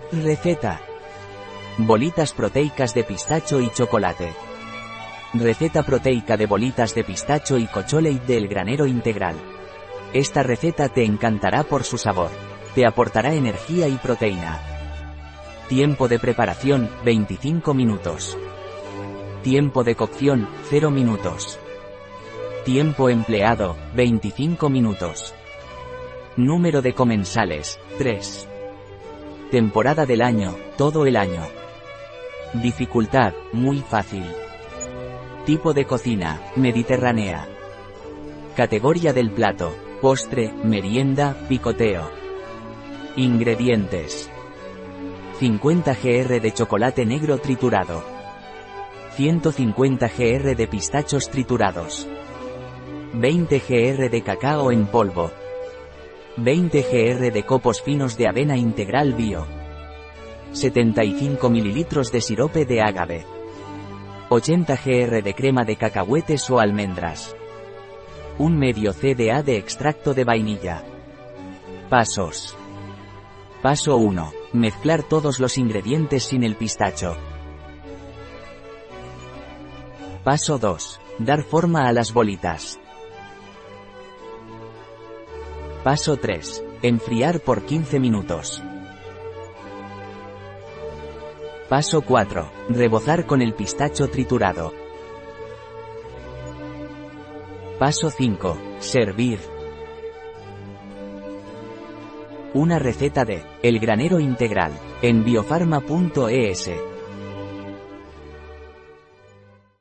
Receta: bolitas proteicas de pistacho y chocolate. Receta proteica de bolitas de pistacho y chocolate del Granero Integral. Esta receta te encantará por su sabor. Te aportará energía y proteína. Tiempo de preparación: 25 minutos. Tiempo de cocción: 0 minutos. Tiempo empleado: 25 minutos. Número de comensales: 3. Temporada del año: todo el año. Dificultad: muy fácil. Tipo de cocina: mediterránea. Categoría del plato: postre, merienda, picoteo. Ingredientes: 50 gr de chocolate negro triturado, 150 gr de pistachos triturados, 20 gr de cacao en polvo, 20 gr de copos finos de avena integral bio, 75 ml de sirope de agave, 80 gr de crema de cacahuetes o almendras, 1 medio cda de extracto de vainilla. Pasos. Paso 1. Mezclar todos los ingredientes sin el pistacho. Paso 2. Dar forma a las bolitas. Paso 3. Enfriar por 15 minutos. Paso 4. Rebozar con el pistacho triturado. Paso 5. Servir. Una receta de El Granero Integral en biofarma.es.